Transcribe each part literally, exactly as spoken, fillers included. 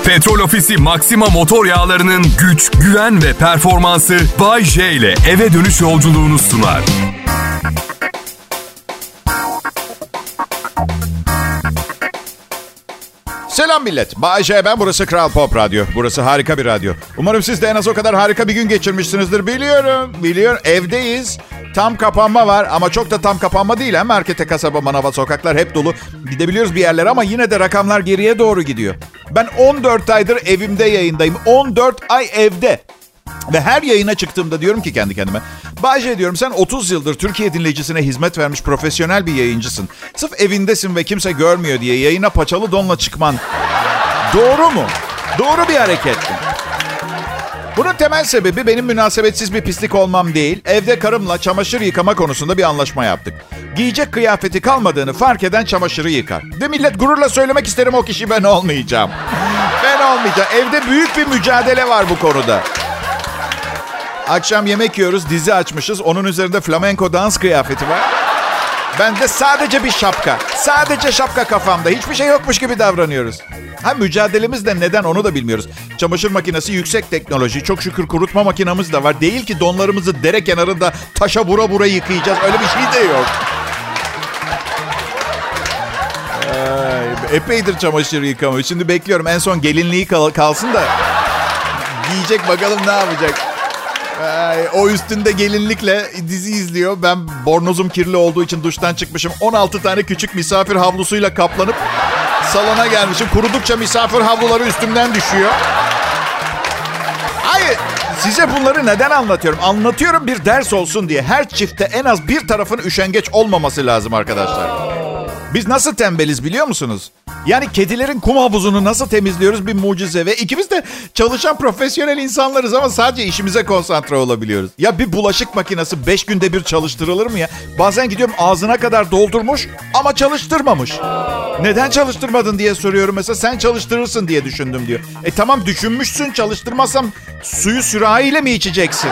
Petrol Ofisi Maxima motor yağlarının güç, güven ve performansı Bay J ile eve dönüş yolculuğunu sunar. Selam millet. Bay J ben. Burası Kral Pop Radyo. Burası harika bir radyo. Umarım siz de en az o kadar harika bir gün geçirmişsinizdir. Biliyorum. Biliyorum. Evdeyiz. Tam kapanma var ama çok da tam kapanma değil. Hem markete, kasaba, manava, sokaklar hep dolu. Gidebiliyoruz bir yerlere ama yine de rakamlar geriye doğru gidiyor. Ben on dört aydır evimde yayındayım. on dört ay evde. Ve her yayına çıktığımda diyorum ki kendi kendime, Bay J diyorum, sen otuz yıldır Türkiye dinleyicisine hizmet vermiş profesyonel bir yayıncısın. Sırf evindesin ve kimse görmüyor diye yayına paçalı donla çıkman doğru mu? Doğru bir hareket mi? Bunun temel sebebi benim münasebetsiz bir pislik olmam değil. Evde karımla çamaşır yıkama konusunda bir anlaşma yaptık. Giyecek kıyafeti kalmadığını fark eden çamaşırı yıkar. Ve millet, gururla söylemek isterim, o kişi ben olmayacağım. Ben olmayacağım. Evde büyük bir mücadele var bu konuda. Akşam yemek yiyoruz, dizi açmışız. Onun üzerinde flamenko dans kıyafeti var. Bende sadece bir şapka. Sadece şapka kafamda. Hiçbir şey yokmuş gibi davranıyoruz. Ha, mücadelemiz de neden onu da bilmiyoruz. Çamaşır makinesi yüksek teknoloji. Çok şükür kurutma makinamız da var. Değil ki donlarımızı dere kenarında taşa vura vura yıkayacağız. Öyle bir şey de yok. Ay, epeydir çamaşır yıkamıyor. Şimdi bekliyorum en son gelinliği kal- kalsın da giyecek, bakalım ne yapacak. Ay, o üstünde gelinlikle dizi izliyor. Ben bornozum kirli olduğu için duştan çıkmışım. on altı tane küçük misafir havlusuyla kaplanıp salona gelmişim. Kurudukça misafir havluları üstümden düşüyor. Hayır, size bunları neden anlatıyorum? Anlatıyorum bir ders olsun diye. Her çiftte en az bir tarafın üşengeç olmaması lazım arkadaşlar. Biz nasıl tembeliz biliyor musunuz? Yani kedilerin kum havuzunu nasıl temizliyoruz bir mucize. Ve ikimiz de çalışan profesyonel insanlarız ama sadece işimize konsantre olabiliyoruz. Ya bir bulaşık makinesi beş günde bir çalıştırılır mı ya? Bazen gidiyorum ağzına kadar doldurmuş ama çalıştırmamış. Neden çalıştırmadın diye soruyorum mesela. Sen çalıştırırsın diye düşündüm diyor. E tamam, düşünmüşsün, çalıştırmazsam suyu sürahiyle mi içeceksin?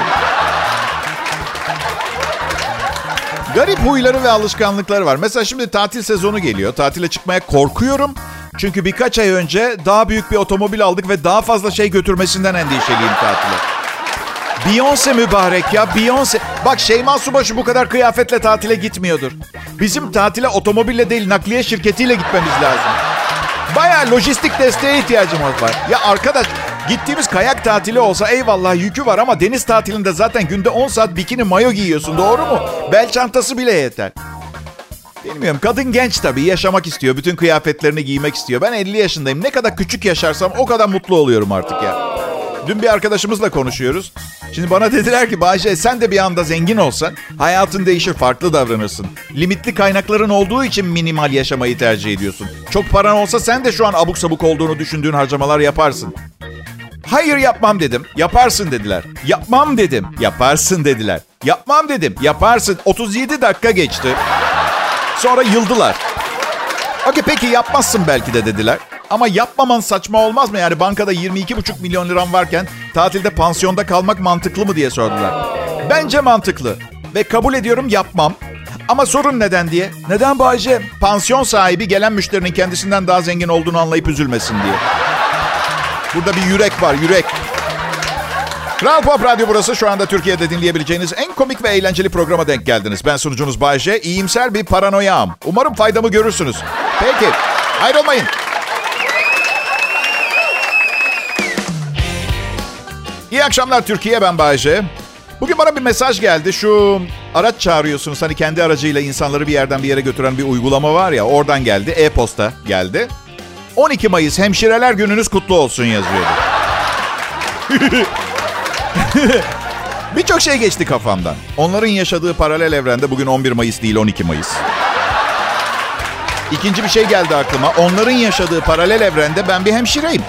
Garip huyları ve alışkanlıkları var. Mesela şimdi tatil sezonu geliyor. Tatile çıkmaya korkuyorum. Çünkü birkaç ay önce daha büyük bir otomobil aldık ve daha fazla şey götürmesinden endişeliyim tatile. Beyoncé mübarek ya, Beyoncé. Bak, Şeyma Subaşı bu kadar kıyafetle tatile gitmiyordur. Bizim tatile otomobille değil, nakliye şirketiyle gitmemiz lazım. Bayağı lojistik desteğe ihtiyacımız var. Ya arkadaş, gittiğimiz kayak tatili olsa eyvallah, yükü var ama deniz tatilinde zaten günde on saat bikini mayo giyiyorsun, doğru mu? Bel çantası bile yeter. Bilmiyorum, kadın genç tabii, yaşamak istiyor. Bütün kıyafetlerini giymek istiyor. Ben elli yaşındayım. Ne kadar küçük yaşarsam o kadar mutlu oluyorum artık ya. Dün bir arkadaşımızla konuşuyoruz. Şimdi bana dediler ki, Bayşe sen de bir anda zengin olsan hayatın değişir, farklı davranırsın. Limitli kaynakların olduğu için minimal yaşamayı tercih ediyorsun. Çok paran olsa sen de şu an abuk sabuk olduğunu düşündüğün harcamalar yaparsın. Hayır, yapmam dedim. Yaparsın dediler. Yapmam dedim. Yaparsın dediler. Yapmam dedim. Yaparsın. otuz yedi dakika geçti. Sonra yıldılar. Okey, peki yapmazsın belki de dediler. Ama yapmaman saçma olmaz mı? Yani bankada yirmi iki buçuk milyon liram varken tatilde pansiyonda kalmak mantıklı mı diye sordular. Bence mantıklı. Ve kabul ediyorum, yapmam. Ama sorun neden diye. Neden Bayce? Pansiyon sahibi gelen müşterinin kendisinden daha zengin olduğunu anlayıp üzülmesin diye. Burada bir yürek var, yürek. Kral Pop Radyo burası. Şu anda Türkiye'de dinleyebileceğiniz en komik ve eğlenceli programa denk geldiniz. Ben sunucunuz Bay J. İyimser bir paranoyam. Umarım faydamı görürsünüz. Peki, ayrılmayın. İyi akşamlar Türkiye, ben Bay J. Bugün bana bir mesaj geldi. Şu araç çağırıyorsunuz, hani kendi aracıyla insanları bir yerden bir yere götüren bir uygulama var ya, oradan geldi. E-posta geldi. on iki Mayıs Hemşireler Gününüz kutlu olsun yazıyordu. Birçok şey geçti kafamdan. Onların yaşadığı paralel evrende bugün on bir Mayıs değil, on iki Mayıs. İkinci bir şey geldi aklıma. Onların yaşadığı paralel evrende ben bir hemşireyim.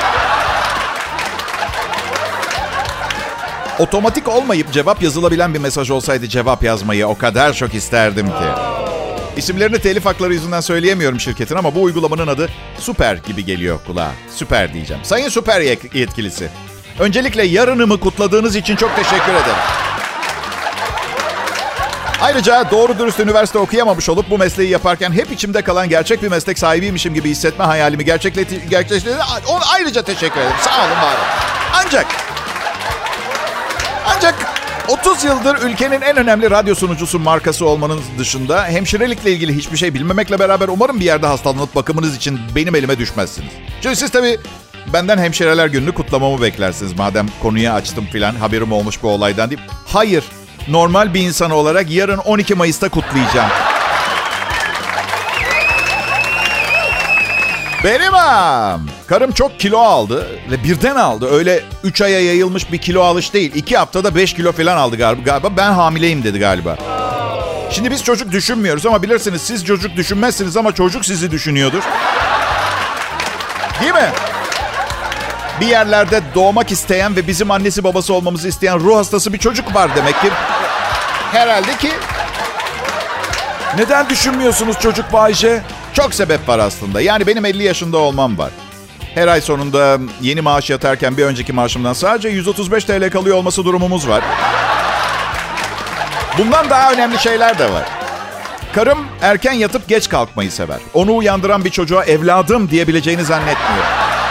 Otomatik olmayıp cevap yazılabilen bir mesaj olsaydı cevap yazmayı o kadar çok isterdim ki. İsimlerini telif hakları yüzünden söyleyemiyorum şirketin ama bu uygulamanın adı Süper gibi geliyor kulağa. Süper diyeceğim. Sayın Süper yetkilisi, öncelikle yarınımı kutladığınız için çok teşekkür ederim. Ayrıca doğru dürüst üniversite okuyamamış olup bu mesleği yaparken hep içimde kalan gerçek bir meslek sahibiymişim gibi hissetme hayalimi gerçekleştirdiğiniz gerçekleştirdi. Ona ayrıca teşekkür ederim. Sağ olun, var olun. Ancak ancak otuz yıldır ülkenin en önemli radyo sunucusu markası olmanın dışında hemşirelikle ilgili hiçbir şey bilmemekle beraber umarım bir yerde hastalanıp bakımınız için benim elime düşmezsiniz. Çünkü siz tabii benden hemşireler gününü kutlamamı beklersiniz. Madem konuyu açtım filan, haberim olmuş bu olaydan değil. Hayır, normal bir insan olarak yarın on iki Mayıs'ta kutlayacağım. Benim ha. Karım çok kilo aldı ve birden aldı. Öyle üç aya yayılmış bir kilo alış değil. iki haftada beş kilo falan aldı galiba. Ben hamileyim dedi galiba. Şimdi biz çocuk düşünmüyoruz ama bilirsiniz siz çocuk düşünmezsiniz ama çocuk sizi düşünüyordur. Değil mi? Bir yerlerde doğmak isteyen ve bizim annesi babası olmamızı isteyen ruh hastası bir çocuk var demek ki. Herhalde ki. Neden düşünmüyorsunuz çocuk Bayce? Çok sebep var aslında. Yani benim elli yaşında olmam var. Her ay sonunda yeni maaş yatarken bir önceki maaşımdan sadece yüz otuz beş TL kalıyor olması durumumuz var. Bundan daha önemli şeyler de var. Karım erken yatıp geç kalkmayı sever. Onu uyandıran bir çocuğa evladım diyebileceğini zannetmiyorum.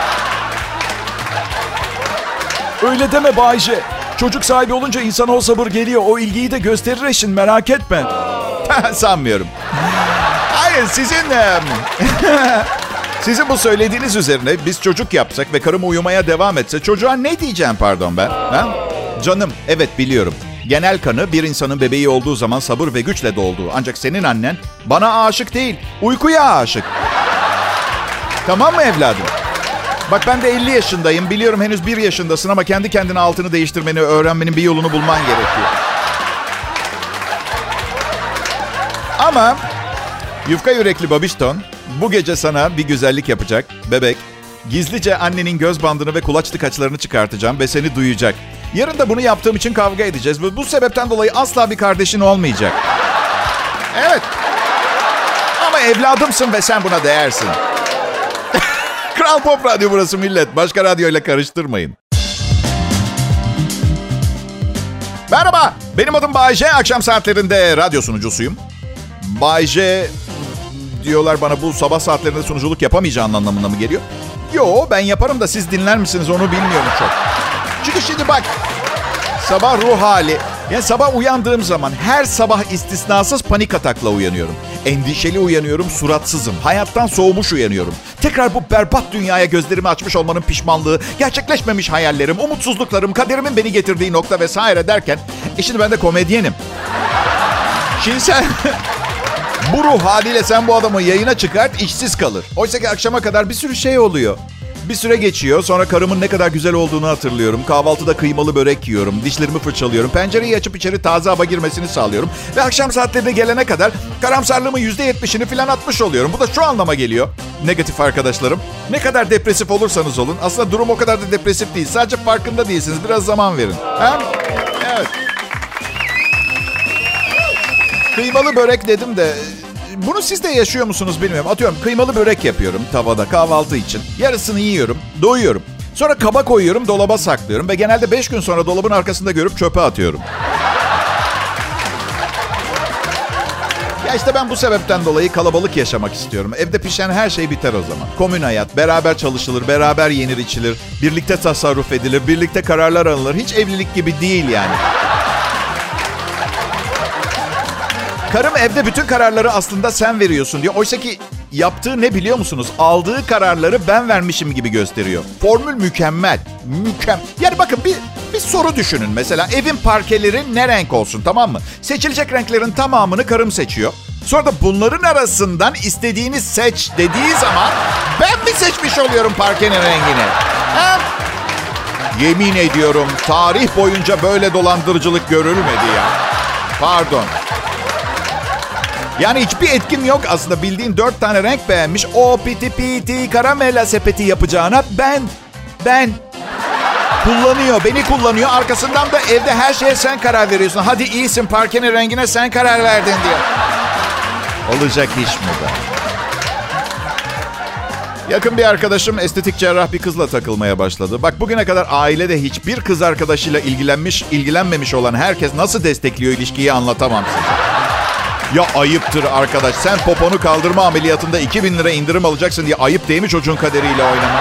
Öyle deme Bayce. Çocuk sahibi olunca insana o sabır geliyor. O ilgiyi de gösterir eşin, merak etme. Sanmıyorum. Hayır, sizin... sizin bu söylediğiniz üzerine biz çocuk yapsak ve karım uyumaya devam etse çocuğa ne diyeceğim pardon ben? Ha? Canım, evet biliyorum. Genel kanı bir insanın bebeği olduğu zaman sabır ve güçle dolduğu. Ancak senin annen bana aşık değil, uykuya aşık. Tamam mı evladım? Bak ben de elli yaşındayım. Biliyorum henüz bir yaşındasın ama kendi kendine altını değiştirmeni, öğrenmenin bir yolunu bulman gerekiyor. Ama yufka yürekli babişton bu gece sana bir güzellik yapacak bebek. Gizlice annenin göz bandını ve kulaç tıkaçlarını çıkartacağım ve seni duyacak. Yarın da bunu yaptığım için kavga edeceğiz ve bu sebepten dolayı asla bir kardeşin olmayacak. Evet. Ama evladımsın ve sen buna değersin. Kral Pop Radyo burası millet. Başka radyoyla karıştırmayın. Merhaba. Benim adım Bay J. Akşam saatlerinde radyo sunucusuyum. Bay J diyorlar bana, bu sabah saatlerinde sunuculuk yapamayacağın anlamına mı geliyor? Yo, ben yaparım da siz dinler misiniz onu bilmiyorum çok. Çünkü şimdi bak, sabah ruh hali. Yani sabah uyandığım zaman her sabah istisnasız panik atakla uyanıyorum. Endişeli uyanıyorum, suratsızım. Hayattan soğumuş uyanıyorum. Tekrar bu berbat dünyaya gözlerimi açmış olmanın pişmanlığı, gerçekleşmemiş hayallerim, umutsuzluklarım, kaderimin beni getirdiği nokta vesaire derken... E şimdi ben de komedyenim. Şimdi sen... bu ruh haliyle sen bu adamı yayına çıkart, işsiz kalır. Oysa ki akşama kadar bir sürü şey oluyor. Bir süre geçiyor. Sonra karımın ne kadar güzel olduğunu hatırlıyorum. Kahvaltıda kıymalı börek yiyorum. Dişlerimi fırçalıyorum. Pencereyi açıp içeri taze hava girmesini sağlıyorum. Ve akşam saatlerine gelene kadar karamsarlığımın yüzde yetmişini falan atmış oluyorum. Bu da şu anlama geliyor. Negatif arkadaşlarım. Ne kadar depresif olursanız olun. Aslında durum o kadar da depresif değil. Sadece farkında değilsiniz. Biraz zaman verin. Ha? Evet. Kıymalı börek dedim de... Bunu siz de yaşıyor musunuz bilmiyorum. Atıyorum kıymalı börek yapıyorum tavada kahvaltı için. Yarısını yiyorum, doyuyorum. Sonra kaba koyuyorum, dolaba saklıyorum. Ve genelde beş gün sonra dolabın arkasında görüp çöpe atıyorum. Ya işte ben bu sebepten dolayı kalabalık yaşamak istiyorum. Evde pişen her şey biter o zaman. Komün hayat, beraber çalışılır, beraber yenir içilir. Birlikte tasarruf edilir, birlikte kararlar alınır. Hiç evlilik gibi değil yani. Karım evde bütün kararları aslında sen veriyorsun diyor. Oysa ki yaptığı ne biliyor musunuz? Aldığı kararları ben vermişim gibi gösteriyor. Formül mükemmel. Mükemmel. Yani bakın bir, bir soru düşünün. Mesela evin parkeleri ne renk olsun, tamam mı? Seçilecek renklerin tamamını karım seçiyor. Sonra da bunların arasından istediğini seç dediği zaman ben mi seçmiş oluyorum parkenin rengini? Ha? Yemin ediyorum tarih boyunca böyle dolandırıcılık görülmedi ya. Pardon. Yani hiçbir etkim yok aslında, bildiğin dört tane renk beğenmiş. O piti piti karamela sepeti yapacağına ben, ben kullanıyor, beni kullanıyor. Arkasından da evde her şeye sen karar veriyorsun. Hadi iyisin, parkenin rengine sen karar verdin diyor. Olacak iş mi be? Yakın bir arkadaşım estetik cerrah bir kızla takılmaya başladı. Bak bugüne kadar ailede hiçbir kız arkadaşıyla ilgilenmiş, ilgilenmemiş olan herkes nasıl destekliyor ilişkiyi anlatamam size. Ya ayıptır arkadaş. Sen poponu kaldırma ameliyatında iki bin lira indirim alacaksın diye ayıp değil mi çocuğun kaderiyle oynamak?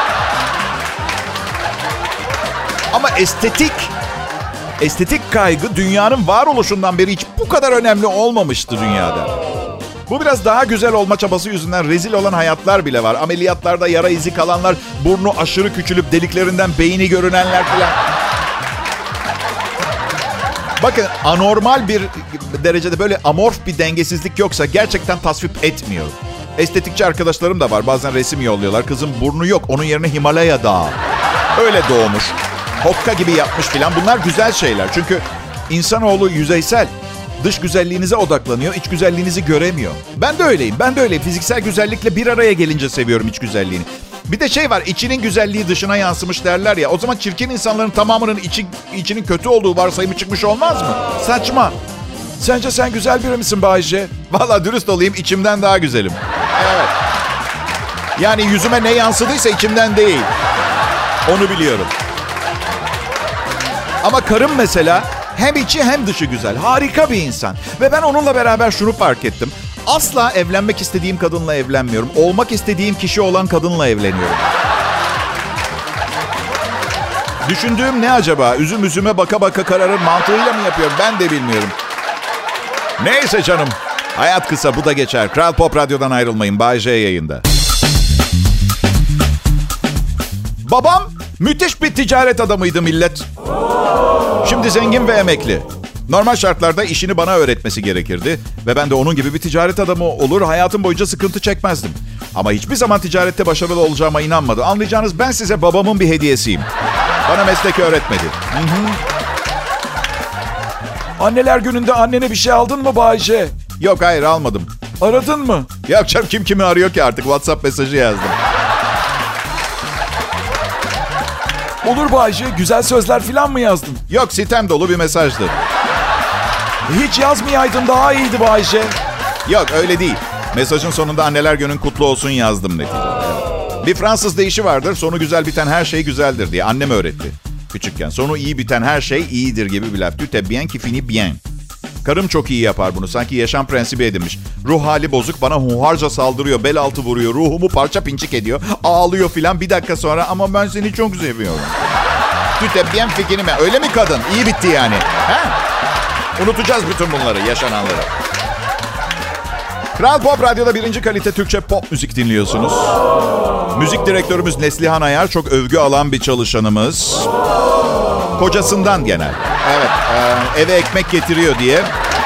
Ama estetik, estetik kaygı dünyanın varoluşundan beri hiç bu kadar önemli olmamıştı dünyada. Bu biraz daha güzel olma çabası yüzünden rezil olan hayatlar bile var. Ameliyatlarda yara izi kalanlar, burnu aşırı küçülüp deliklerinden beyni görünenler falan. Bakın anormal bir derecede böyle amorf bir dengesizlik yoksa gerçekten tasvip etmiyorum. Estetikçi arkadaşlarım da var. Bazen resim yolluyorlar. Kızım burnu yok. Onun yerine Himalaya Dağı. Öyle doğmuş. Hokka gibi yapmış filan. Bunlar güzel şeyler. Çünkü insanoğlu yüzeysel. Dış güzelliğinize odaklanıyor. İç güzelliğinizi göremiyor. Ben de öyleyim. Ben de öyleyim. Fiziksel güzellikle bir araya gelince seviyorum iç güzelliğini. Bir de şey var. İçinin güzelliği dışına yansımış derler ya. O zaman çirkin insanların tamamının içi, içinin kötü olduğu varsayımı çıkmış olmaz mı? Saçma. Sence sen güzel biri misin Bayce? Vallahi dürüst olayım, içimden daha güzelim. Evet. Yani yüzüme ne yansıdıysa içimden değil. Onu biliyorum. Ama karım mesela hem içi hem dışı güzel. Harika bir insan. Ve ben onunla beraber şunu fark ettim. Asla evlenmek istediğim kadınla evlenmiyorum. Olmak istediğim kişi olan kadınla evleniyorum. Düşündüğüm ne acaba? Üzüm üzüme baka baka kararır mantığıyla mı yapıyorum? Ben de bilmiyorum. Neyse canım. Hayat kısa, bu da geçer. Kral Pop Radyo'dan ayrılmayın. Bay J yayında. Babam müthiş bir ticaret adamıydı millet. Şimdi zengin ve emekli. Normal şartlarda işini bana öğretmesi gerekirdi. Ve ben de onun gibi bir ticaret adamı olur, hayatım boyunca sıkıntı çekmezdim. Ama hiçbir zaman ticarette başarılı olacağıma inanmadı. Anlayacağınız, ben size babamın bir hediyesiyim. Bana meslek öğretmedi. Hı hı. Anneler gününde annene bir şey aldın mı Bayce? Yok, hayır almadım. Aradın mı? Yok canım, kim kimi arıyor ki artık? WhatsApp mesajı yazdım. Olur Bayce, güzel sözler falan mı yazdın? Yok, sitem dolu bir mesajdı. Hiç yazmayaydın, daha iyiydi Bayce. Yok, öyle değil. Mesajın sonunda anneler günün kutlu olsun yazdım neticede. Evet. Bir Fransız deyişi vardır, sonu güzel biten her şey güzeldir diye. Annem öğretti küçükken. Sonu iyi biten her şey iyidir gibi bir laf. Tu t'es bien qui finit bien. Karım çok iyi yapar bunu. Sanki yaşam prensibi edinmiş. Ruh hali bozuk, bana hunharca saldırıyor, bel altı vuruyor, ruhumu parça pinçik ediyor, ağlıyor filan. Bir dakika sonra ama ben seni çok seviyorum. Tu t'es bien fikrini mi? Öyle mi kadın? İyi bitti yani. He? Unutacağız bütün bunları, yaşananları. Kral Pop Radyo'da birinci kalite Türkçe pop müzik dinliyorsunuz. Müzik direktörümüz Neslihan Ayar çok övgü alan bir çalışanımız. Kocasından genel. Evet, e, eve ekmek getiriyor diye.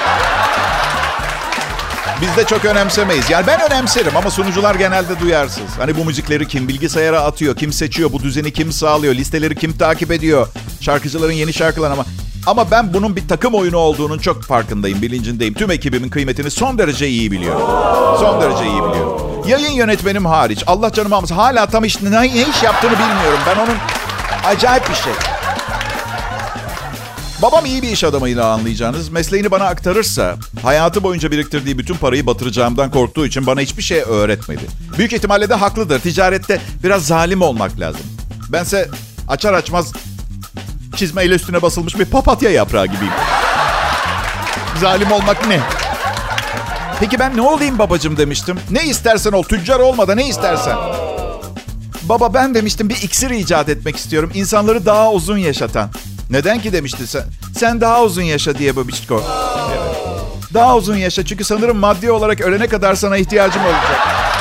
Biz de çok önemsemeyiz. Yani ben önemserim ama sunucular genelde duyarsız. Hani bu müzikleri kim bilgisayara atıyor, kim seçiyor, bu düzeni kim sağlıyor, listeleri kim takip ediyor, şarkıcıların yeni şarkıları ama... Ama ben bunun bir takım oyunu olduğunun çok farkındayım, bilincindeyim. Tüm ekibimin kıymetini son derece iyi biliyorum. Son derece iyi biliyorum. Yayın yönetmenim hariç, Allah canımı almasın, hala tam iş, ne, ne iş yaptığını bilmiyorum. Ben onun acayip bir şey. Babam iyi bir iş adamıyla anlayacağınız. Mesleğini bana aktarırsa hayatı boyunca biriktirdiği bütün parayı batıracağımdan korktuğu için bana hiçbir şey öğretmedi. Büyük ihtimalle de haklıdır. Ticarette biraz zalim olmak lazım. Bense açar açmaz çizmeyle üstüne basılmış bir papatya yaprağı gibiyim. Zalim olmak ne? Peki ben ne olayım babacığım demiştim. Ne istersen ol, tüccar olma da ne istersen. Baba ben demiştim bir iksir icat etmek istiyorum. İnsanları daha uzun yaşatan. Neden ki demişti sen? Sen daha uzun yaşa diye babişko. Evet. Daha uzun yaşa çünkü sanırım maddi olarak ölene kadar sana ihtiyacım olacak.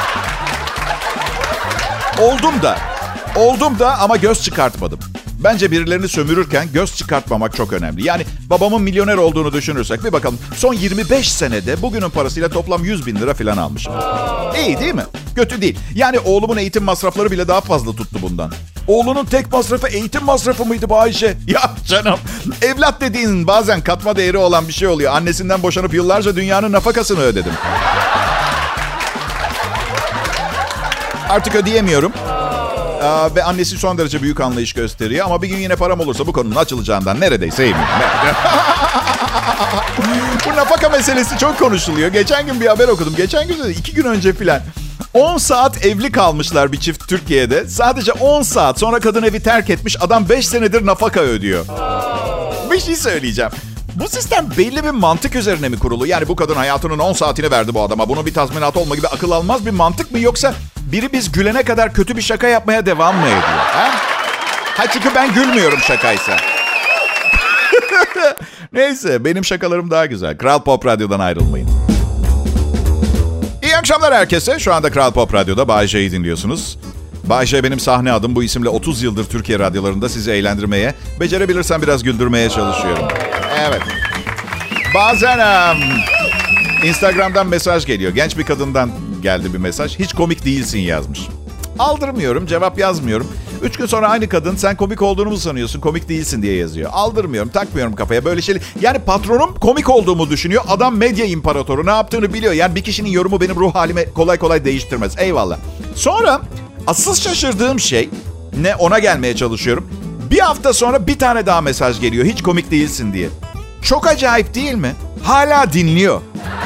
Oldum da. Oldum da ama göz çıkartmadım. Bence birilerini sömürürken göz çıkartmamak çok önemli. Yani babamın milyoner olduğunu düşünürsek bir bakalım. Son yirmi beş senede bugünün parasıyla toplam yüz bin lira falan almışım. İyi değil mi? Kötü değil. Yani oğlumun eğitim masrafları bile daha fazla tuttu bundan. Oğlunun tek masrafı eğitim masrafı mıydı Bayşe? Ya canım, evlat dediğin bazen katma değeri olan bir şey oluyor. Annesinden boşanıp yıllarca dünyanın nafakasını ödedim. Artık ödeyemiyorum. Aa, ve annesi son derece büyük anlayış gösteriyor. Ama bir gün yine param olursa bu konunun açılacağından neredeyse eminim. Bu nafaka meselesi çok konuşuluyor. Geçen gün bir haber okudum. Geçen gün, iki gün önce filan. on saat evli kalmışlar bir çift Türkiye'de. Sadece on saat sonra kadın evi terk etmiş. Adam beş senedir nafaka ödüyor. Bir şey söyleyeceğim. Bu sistem belli bir mantık üzerine mi kurulu? Yani bu kadın hayatının on saatini verdi bu adama. Bunun bir tazminatı olma gibi akıl almaz bir mantık mı? Yoksa biri biz gülene kadar kötü bir şaka yapmaya devam mı ediyor? Ha, ha çünkü ben gülmüyorum şakaysa. Neyse, benim şakalarım daha güzel. Kral Pop Radyo'dan ayrılmayın. İyi akşamlar herkese. Şu anda Kral Pop Radyo'da Bay J'yi dinliyorsunuz. Bay J benim sahne adım. Bu isimle otuz yıldır Türkiye radyolarında sizi eğlendirmeye, becerebilirsem biraz güldürmeye çalışıyorum. Evet. Bazen um, Instagram'dan mesaj geliyor. Genç bir kadından geldi bir mesaj. Hiç komik değilsin yazmış. Aldırmıyorum, cevap yazmıyorum. Üç gün sonra aynı kadın sen komik olduğunu mu sanıyorsun, komik değilsin diye yazıyor. Aldırmıyorum, takmıyorum kafaya böyle şeyler. Yani patronum komik olduğumu düşünüyor. Adam medya imparatoru, ne yaptığını biliyor. Yani bir kişinin yorumu benim ruh halimi kolay kolay değiştirmez. Eyvallah. Sonra asıl şaşırdığım şey ne, ona gelmeye çalışıyorum. Bir hafta sonra bir tane daha mesaj geliyor. Hiç komik değilsin diye. Çok acayip değil mi? Hala dinliyor.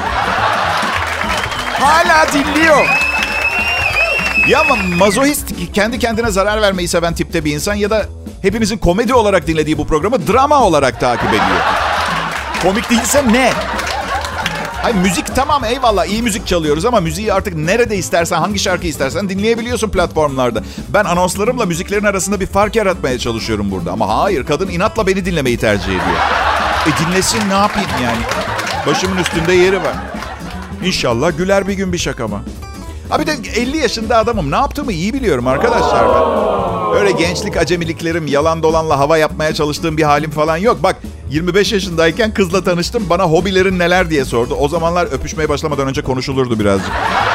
Hala dinliyor. Ya ama mazohist, kendi kendine zarar vermeyi seven tipte bir insan ya da hepimizin komedi olarak dinlediği bu programı drama olarak takip ediyor. Komik değilse ne? Hayır, müzik tamam, eyvallah, iyi müzik çalıyoruz ama müziği artık nerede istersen, hangi şarkı istersen dinleyebiliyorsun platformlarda. Ben anonslarımla müziklerin arasında bir fark yaratmaya çalışıyorum burada. Ama hayır, kadın inatla beni dinlemeyi tercih ediyor. E dinlesin, ne yapayım yani? Başımın üstünde yeri var. İnşallah güler bir gün bir şakama. Abi de elli yaşında adamım. Ne yaptığımı iyi biliyorum arkadaşlar ben. Öyle gençlik acemiliklerim, yalan dolanla hava yapmaya çalıştığım bir halim falan yok. Bak, yirmi beş yaşındayken kızla tanıştım. Bana hobilerin neler diye sordu. O zamanlar öpüşmeye başlamadan önce konuşulurdu birazcık.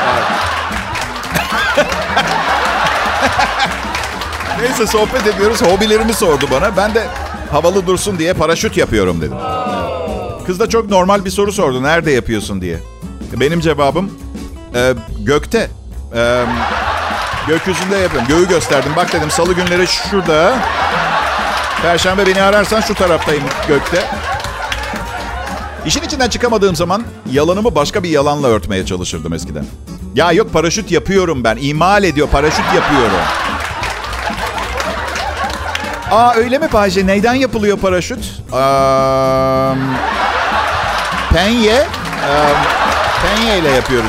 Neyse, sohbet ediyoruz. Hobilerimi sordu bana. Ben de havalı dursun diye paraşüt yapıyorum dedim. Kız da çok normal bir soru sordu. Nerede yapıyorsun diye. Benim cevabım e, gökte. E, gökyüzünde yapıyorum. Göğü gösterdim. Bak dedim, salı günleri şurada. Perşembe beni ararsan şu taraftayım gökte. İşin içinden çıkamadığım zaman yalanımı başka bir yalanla örtmeye çalışırdım eskiden. Ya yok, paraşüt yapıyorum ben. İmal ediyor, paraşüt yapıyorum. Aa öyle mi Bayce? Neyden yapılıyor paraşüt? Um, penye. Um, penye ile yapıyoruz.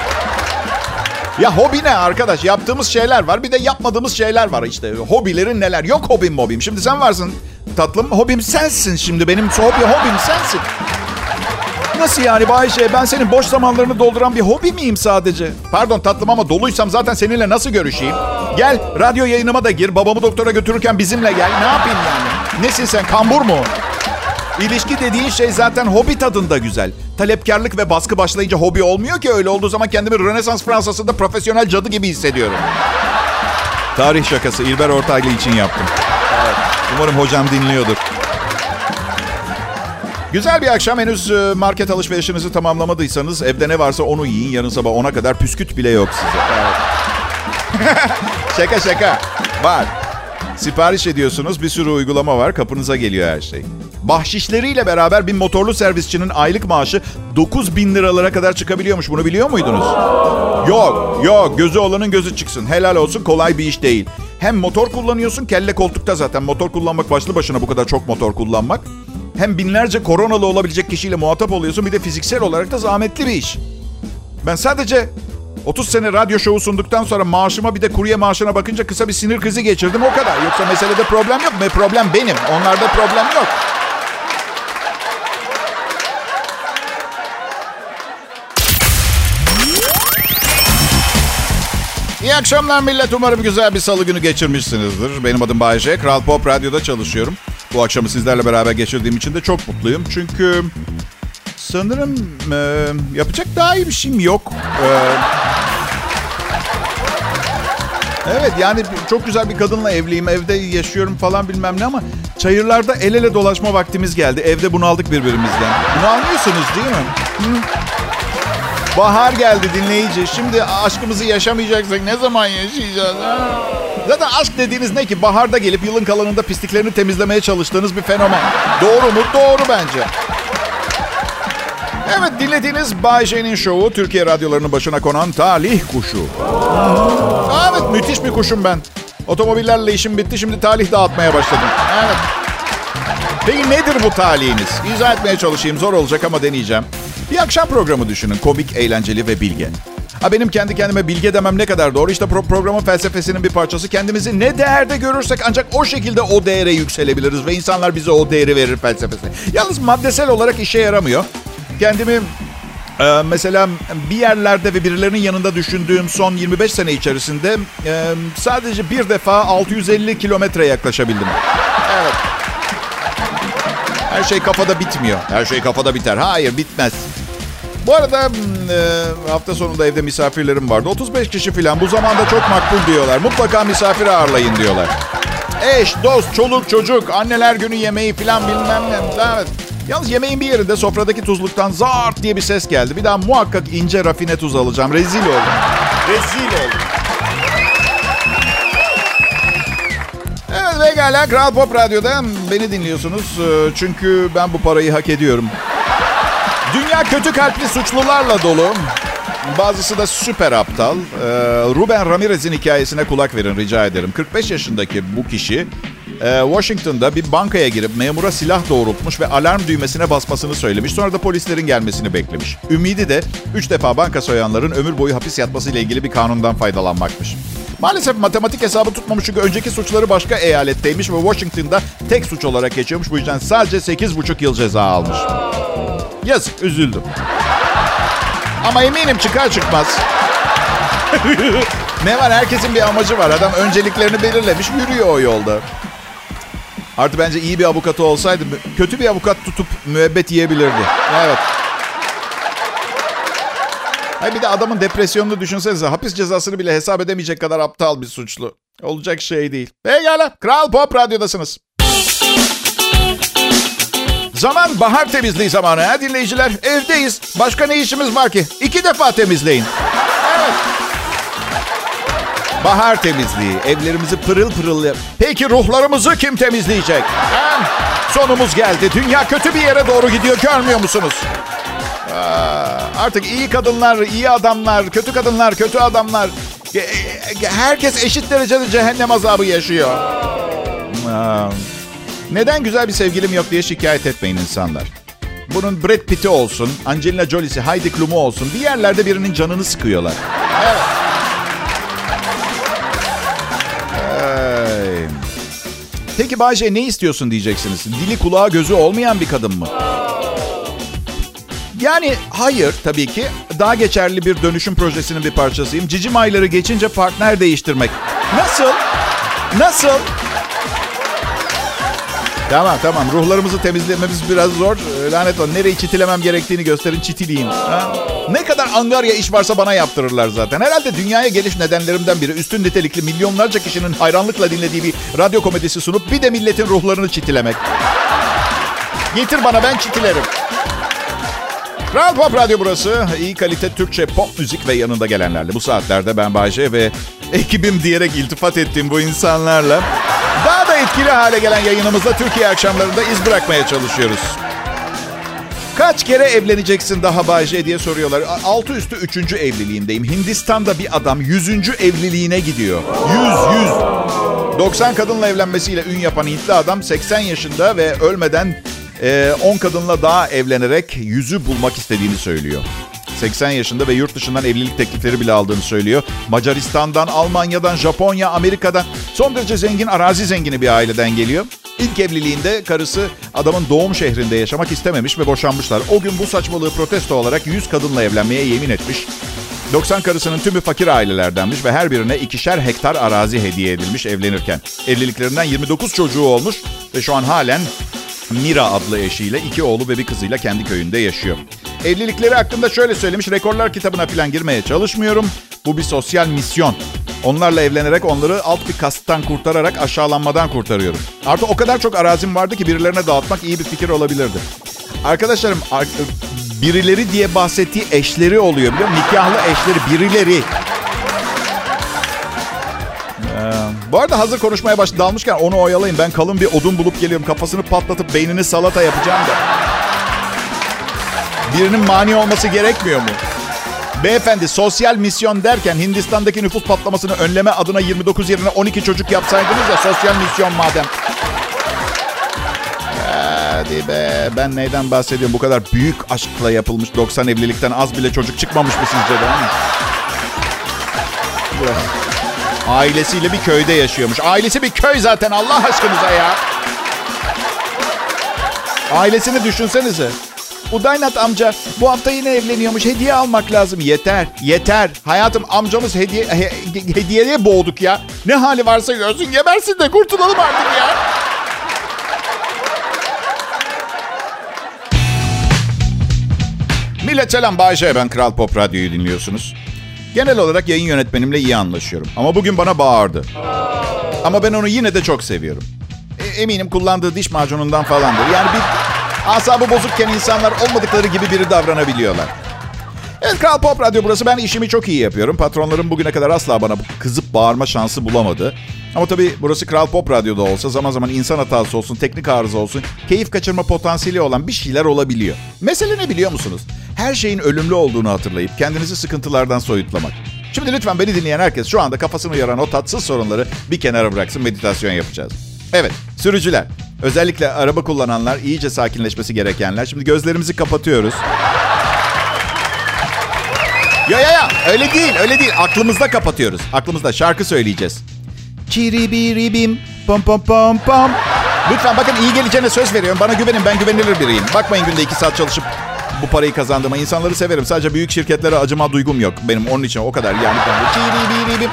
Ya hobi ne arkadaş? Yaptığımız şeyler var. Bir de yapmadığımız şeyler var işte. Hobilerin neler? Yok hobim hobim. Şimdi sen varsın tatlım. Hobim sensin şimdi. Benim hobi hobim sensin. Nasıl yani Bayşe? Ben senin boş zamanlarını dolduran bir hobi miyim sadece? Pardon tatlım ama doluysam zaten seninle nasıl görüşeyim? Gel radyo yayınıma da gir. Babamı doktora götürürken bizimle gel. Ne yapayım yani? Nesin sen? Kambur mu? İlişki dediğin şey zaten hobi tadında güzel. Talepkarlık ve baskı başlayınca hobi olmuyor ki. Öyle olduğu zaman kendimi Rönesans Fransa'sında profesyonel cadı gibi hissediyorum. Tarih şakası İlber Ortaylı için yaptım. Evet, umarım hocam dinliyordur. Güzel bir akşam. Henüz market alışverişinizi tamamlamadıysanız evde ne varsa onu yiyin. Yarın sabah ona kadar püsküt bile yok size. Evet. Şaka şaka. Var. Sipariş ediyorsunuz. Bir sürü uygulama var. Kapınıza geliyor her şey. Bahşişleriyle beraber bir motorlu servisçinin aylık maaşı dokuz bin liralara kadar çıkabiliyormuş. Bunu biliyor muydunuz? Yok, yok. Gözü olanın gözü çıksın. Helal olsun, kolay bir iş değil. Hem motor kullanıyorsun, kelle koltukta zaten. Motor kullanmak başlı başına bu kadar çok motor kullanmak. Hem binlerce koronalı olabilecek kişiyle muhatap oluyorsun. Bir de fiziksel olarak da zahmetli bir iş. Ben sadece otuz sene radyo şovu sunduktan sonra maaşıma bir de kurye maaşına bakınca kısa bir sinir krizi geçirdim, o kadar. Yoksa meselede problem yok. Problem benim. Onlarda problem yok. İyi akşamlar millet. Umarım güzel bir salı günü geçirmişsinizdir. Benim adım Bay J. Kral Pop Radyo'da çalışıyorum. Bu akşamı sizlerle beraber geçirdiğim için de çok mutluyum. Çünkü sanırım e, yapacak daha iyi bir şeyim yok. E, evet yani çok güzel bir kadınla evliyim. Evde yaşıyorum falan bilmem ne ama çayırlarda el ele dolaşma vaktimiz geldi. Evde bunaldık birbirimizden. Bunu anlıyorsunuz değil mi? Hı? Bahar geldi dinleyici. Şimdi aşkımızı yaşamayacaksak ne zaman yaşayacağız? Ha? Zaten aşk dediğiniz ne ki? Baharda gelip yılın kalanında pisliklerini temizlemeye çalıştığınız bir fenomen. Doğru mu? Doğru bence. Evet, dinlediğiniz Bay J'nin şovu Türkiye radyolarının başına konan talih kuşu. Evet, müthiş bir kuşum ben. Otomobillerle işim bitti, şimdi talih dağıtmaya başladım. Evet. Peki nedir bu talihiniz? İzah etmeye çalışayım. Zor olacak ama deneyeceğim. Bir akşam programı düşünün. Komik, eğlenceli ve bilge. Ha, benim kendi kendime bilge demem ne kadar doğru. İşte pro- programın felsefesinin bir parçası. Kendimizi ne değerde görürsek ancak o şekilde o değere yükselebiliriz. Ve insanlar bize o değeri verir felsefesi. Yalnız maddesel olarak işe yaramıyor. Kendimi e, mesela bir yerlerde ve birilerinin yanında düşündüğüm son yirmi beş sene içerisinde e, sadece bir defa altı yüz elli kilometre yaklaşabildim. Evet. Her şey kafada bitmiyor. Her şey kafada biter. Hayır, bitmez. Bu arada e, hafta sonunda evde misafirlerim vardı. otuz beş kişi falan. Bu zamanda çok makbul diyorlar. Mutlaka misafir ağırlayın diyorlar. Eş, dost, çoluk, çocuk, anneler günü yemeği falan bilmem ne. Evet. Yalnız yemeğin bir yerinde sofradaki tuzluktan zart diye bir ses geldi. Bir daha muhakkak ince rafine tuz alacağım. Rezil oldum. Rezil oldum. Evet, pekala. Kral Pop Radyo'da beni dinliyorsunuz. Çünkü ben bu parayı hak ediyorum. Dünya kötü kalpli suçlularla dolu. Bazısı da süper aptal. Ee, Ruben Ramirez'in hikayesine kulak verin rica ederim. kırk beş yaşındaki bu kişi e, Washington'da bir bankaya girip memura silah doğrultmuş ve alarm düğmesine basmasını söylemiş. Sonra da polislerin gelmesini beklemiş. Ümidi de üç defa banka soyanların ömür boyu hapis yatmasıyla ilgili bir kanundan faydalanmakmış. Maalesef matematik hesabı tutmamış çünkü önceki suçları başka eyaletteymiş ve Washington'da tek suç olarak geçiyormuş. Bu yüzden sadece sekiz buçuk yıl ceza almış. Yazık, üzüldüm. Ama eminim çıkar çıkmaz. Ne var, herkesin bir amacı var. Adam önceliklerini belirlemiş, yürüyor o yolda. Artı bence iyi bir avukatı olsaydı kötü bir avukat tutup müebbet yiyebilirdi. Evet. Hayır, bir de adamın depresyonunu düşünsenize. Hapis cezasını bile hesap edemeyecek kadar aptal bir suçlu. Olacak şey değil. Pekala, Kral Pop Radyo'dasınız. Zaman bahar temizliği zamanı ha dinleyiciler. Evdeyiz. Başka ne işimiz var ki? İki defa temizleyin. Evet. Bahar temizliği. Evlerimizi pırıl pırıl yap. Peki ruhlarımızı kim temizleyecek? Ha? Sonumuz geldi. Dünya kötü bir yere doğru gidiyor. Görmüyor musunuz? Aa, artık iyi kadınlar, iyi adamlar, kötü kadınlar, kötü adamlar. Herkes eşit derecede cehennem azabı yaşıyor. Aa. Neden güzel bir sevgilim yok diye şikayet etmeyin insanlar. Bunun Brad Pitt'i olsun, Angelina Jolie'si, Heidi Klum'u olsun. Bir yerlerde birinin canını sıkıyorlar. Evet. Hey. Peki Bayce ne istiyorsun diyeceksiniz. Dili kulağı gözü olmayan bir kadın mı? Yani hayır tabii ki. Daha geçerli bir dönüşüm projesinin bir parçasıyım. Cicim ayları geçince partner değiştirmek. Nasıl? Nasıl? Tamam tamam. Ruhlarımızı temizlememiz biraz zor. Lanet olsun. Nereyi çitilemem gerektiğini gösterin, çitileyim. Ha? Ne kadar angarya iş varsa bana yaptırırlar zaten. Herhalde dünyaya geliş nedenlerimden biri üstün nitelikli milyonlarca kişinin hayranlıkla dinlediği bir radyo komedisi sunup bir de milletin ruhlarını çitilemek. Getir bana, ben çitilerim. Kral Pop Radyo burası. İyi kalite Türkçe pop müzik ve yanında gelenlerle. Bu saatlerde ben Bayce ve ekibim diyerek iltifat ettiğim bu insanlarla daha da etkili hale gelen yayınımızda Türkiye akşamlarında iz bırakmaya çalışıyoruz. Kaç kere evleneceksin daha Bayce diye soruyorlar. Altı üstü üçüncü evliliğimdeyim. Hindistan'da bir adam yüzüncü evliliğine gidiyor. Yüz, yüz. doksan kadınla evlenmesiyle ün yapan Hintli adam seksen yaşında ve ölmeden on kadınla daha evlenerek yüzü bulmak istediğini söylüyor. seksen yaşında ve yurt dışından evlilik teklifleri bile aldığını söylüyor. Macaristan'dan, Almanya'dan, Japonya, Amerika'dan son derece zengin, arazi zengini bir aileden geliyor. İlk evliliğinde karısı adamın doğum şehrinde yaşamak istememiş ve boşanmışlar. O gün bu saçmalığı protesto olarak yüz kadınla evlenmeye yemin etmiş. doksan karısının tümü fakir ailelerdenmiş ve her birine ikişer hektar arazi hediye edilmiş evlenirken. Evliliklerinden yirmi dokuz çocuğu olmuş ve şu an halen Mira adlı eşiyle iki oğlu ve bir kızıyla kendi köyünde yaşıyor. Evlilikleri hakkında şöyle söylemiş: rekorlar kitabına falan girmeye çalışmıyorum. Bu bir sosyal misyon. Onlarla evlenerek onları alt bir kasıttan kurtararak aşağılanmadan kurtarıyorum. Artı o kadar çok arazim vardı ki birilerine dağıtmak iyi bir fikir olabilirdi. Arkadaşlarım, birileri diye bahsettiği eşleri oluyor biliyor musun? Nikahlı eşleri, birileri. Ee, bu arada hazır konuşmaya baş dalmışken onu oyalayın. Ben kalın bir odun bulup geliyorum. Kafasını patlatıp beynini salata yapacağım da. Birinin mani olması gerekmiyor mu? Beyefendi, sosyal misyon derken Hindistan'daki nüfus patlamasını önleme adına yirmi dokuz yerine on iki çocuk yapsaydınız ya, sosyal misyon madem. Ee, Hadi be. Ben neyden bahsediyorum? Bu kadar büyük aşkla yapılmış doksan evlilikten az bile çocuk çıkmamış mı sizce de? Ailesiyle bir köyde yaşıyormuş. Ailesi bir köy zaten, Allah aşkınıza ya. Ailesini düşünsenize. Udaynat amca bu hafta yine evleniyormuş. Hediye almak lazım. Yeter, yeter. Hayatım, amcamız hediye he, hediyeye boğduk ya. Ne hali varsa görsün, gebersin de kurtulalım artık ya. Millet selam, Bay J. Ben Kral Pop Radyo'yu dinliyorsunuz. Genel olarak yayın yönetmenimle iyi anlaşıyorum. Ama bugün bana bağırdı. Ama ben onu yine de çok seviyorum. E, eminim kullandığı diş macunundan falandır. Yani bir asabı bozukken insanlar olmadıkları gibi biri davranabiliyorlar. Evet, Kral Pop Radyo burası. Ben işimi çok iyi yapıyorum. Patronlarım bugüne kadar asla bana kızıp bağırma şansı bulamadı. Ama tabii burası Kral Pop Radyo'da olsa zaman zaman insan hatası olsun, teknik arıza olsun, keyif kaçırma potansiyeli olan bir şeyler olabiliyor. Mesele ne biliyor musunuz? Her şeyin ölümlü olduğunu hatırlayıp kendinizi sıkıntılardan soyutlamak. Şimdi lütfen beni dinleyen herkes şu anda kafasını yoran o tatsız sorunları bir kenara bıraksın, meditasyon yapacağız. Evet, sürücüler, özellikle araba kullananlar, iyice sakinleşmesi gerekenler. Şimdi gözlerimizi kapatıyoruz. Ya ya ya, öyle değil, öyle değil. Aklımızda kapatıyoruz. Aklımızda şarkı söyleyeceğiz. Çiribiribim, pom pom pom pom. Lütfen bakın, iyi geleceğine söz veriyorum. Bana güvenin, ben güvenilir biriyim. Bakmayın günde iki saat çalışıp bu parayı kazandığıma. İnsanları severim. Sadece büyük şirketlere acıma duygum yok. Benim onun için o kadar yani. Çiribiribim.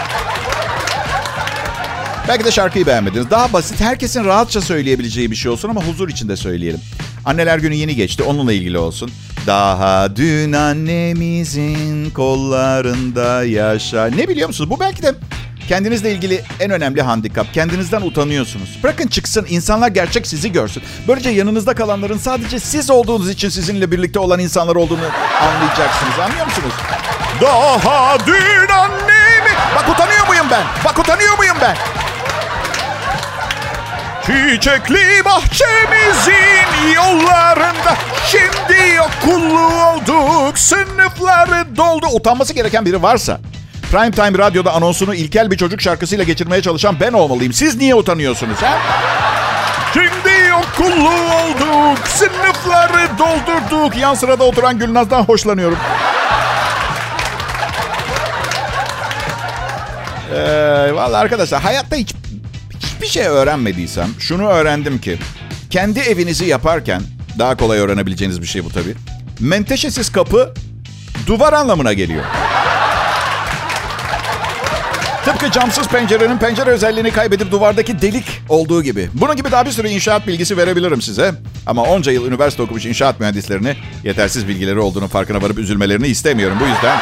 Belki de şarkıyı beğenmediniz. Daha basit, herkesin rahatça söyleyebileceği bir şey olsun ama huzur içinde söyleyelim. Anneler Günü yeni geçti, onunla ilgili olsun. Daha dün annemizin kollarında yaşar. Ne biliyor musunuz? Bu belki de kendinizle ilgili en önemli handikap. Kendinizden utanıyorsunuz. Bırakın çıksın, insanlar gerçek sizi görsün. Böylece yanınızda kalanların sadece siz olduğunuz için sizinle birlikte olan insanlar olduğunu anlayacaksınız. Anlıyor musunuz? Daha dün annemi... Bak utanıyor muyum ben? Bak utanıyor muyum ben? Çiçekli bahçemizin yollarında şimdi okullu olduk, sınıfları doldu. Utanması gereken biri varsa Prime Time Radyo'da anonsunu ilkel bir çocuk şarkısıyla geçirmeye çalışan ben olmalıyım. Siz niye utanıyorsunuz ha? Şimdi okullu olduk, sınıfları doldurduk. Yan sırada oturan Gülnaz'dan hoşlanıyorum. Ee, vallahi arkadaşlar, hayatta hiç hiçbir şey öğrenmediysem şunu öğrendim ki kendi evinizi yaparken, daha kolay öğrenebileceğiniz bir şey bu tabii. Menteşesiz kapı duvar anlamına geliyor. Tıpkı camsız pencerenin pencere özelliğini kaybedip duvardaki delik olduğu gibi. Bunun gibi daha bir sürü inşaat bilgisi verebilirim size. Ama onca yıl üniversite okumuş inşaat mühendislerini yetersiz bilgileri olduğunun farkına varıp üzülmelerini istemiyorum. Bu yüzden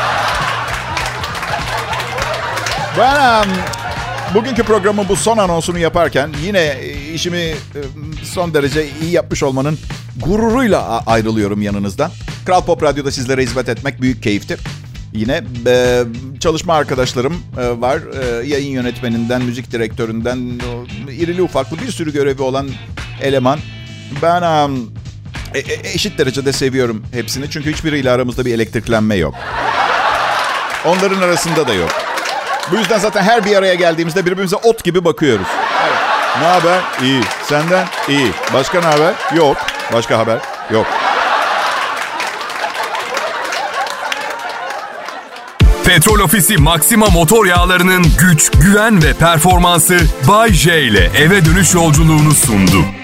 ben um, bugünkü programın bu son anonsunu yaparken yine işimi son derece iyi yapmış olmanın gururuyla ayrılıyorum yanınızdan. Kral Pop Radyo'da sizlere hizmet etmek büyük keyiftir. Yine e, çalışma arkadaşlarım e, var. E, yayın yönetmeninden, müzik direktöründen, o, irili ufaklı bir sürü görevi olan eleman. Ben um, e, eşit derecede seviyorum hepsini. Çünkü hiçbiriyle aramızda bir elektriklenme yok. Onların arasında da yok. Bu yüzden zaten her bir araya geldiğimizde birbirimize ot gibi bakıyoruz. Evet. Ne haber? İyi. Senden? İyi. Başka ne haber? Yok. Başka haber? Yok. Petrol Ofisi Maxima motor yağlarının güç, güven ve performansı Bay J ile eve dönüş yolculuğunu sundu.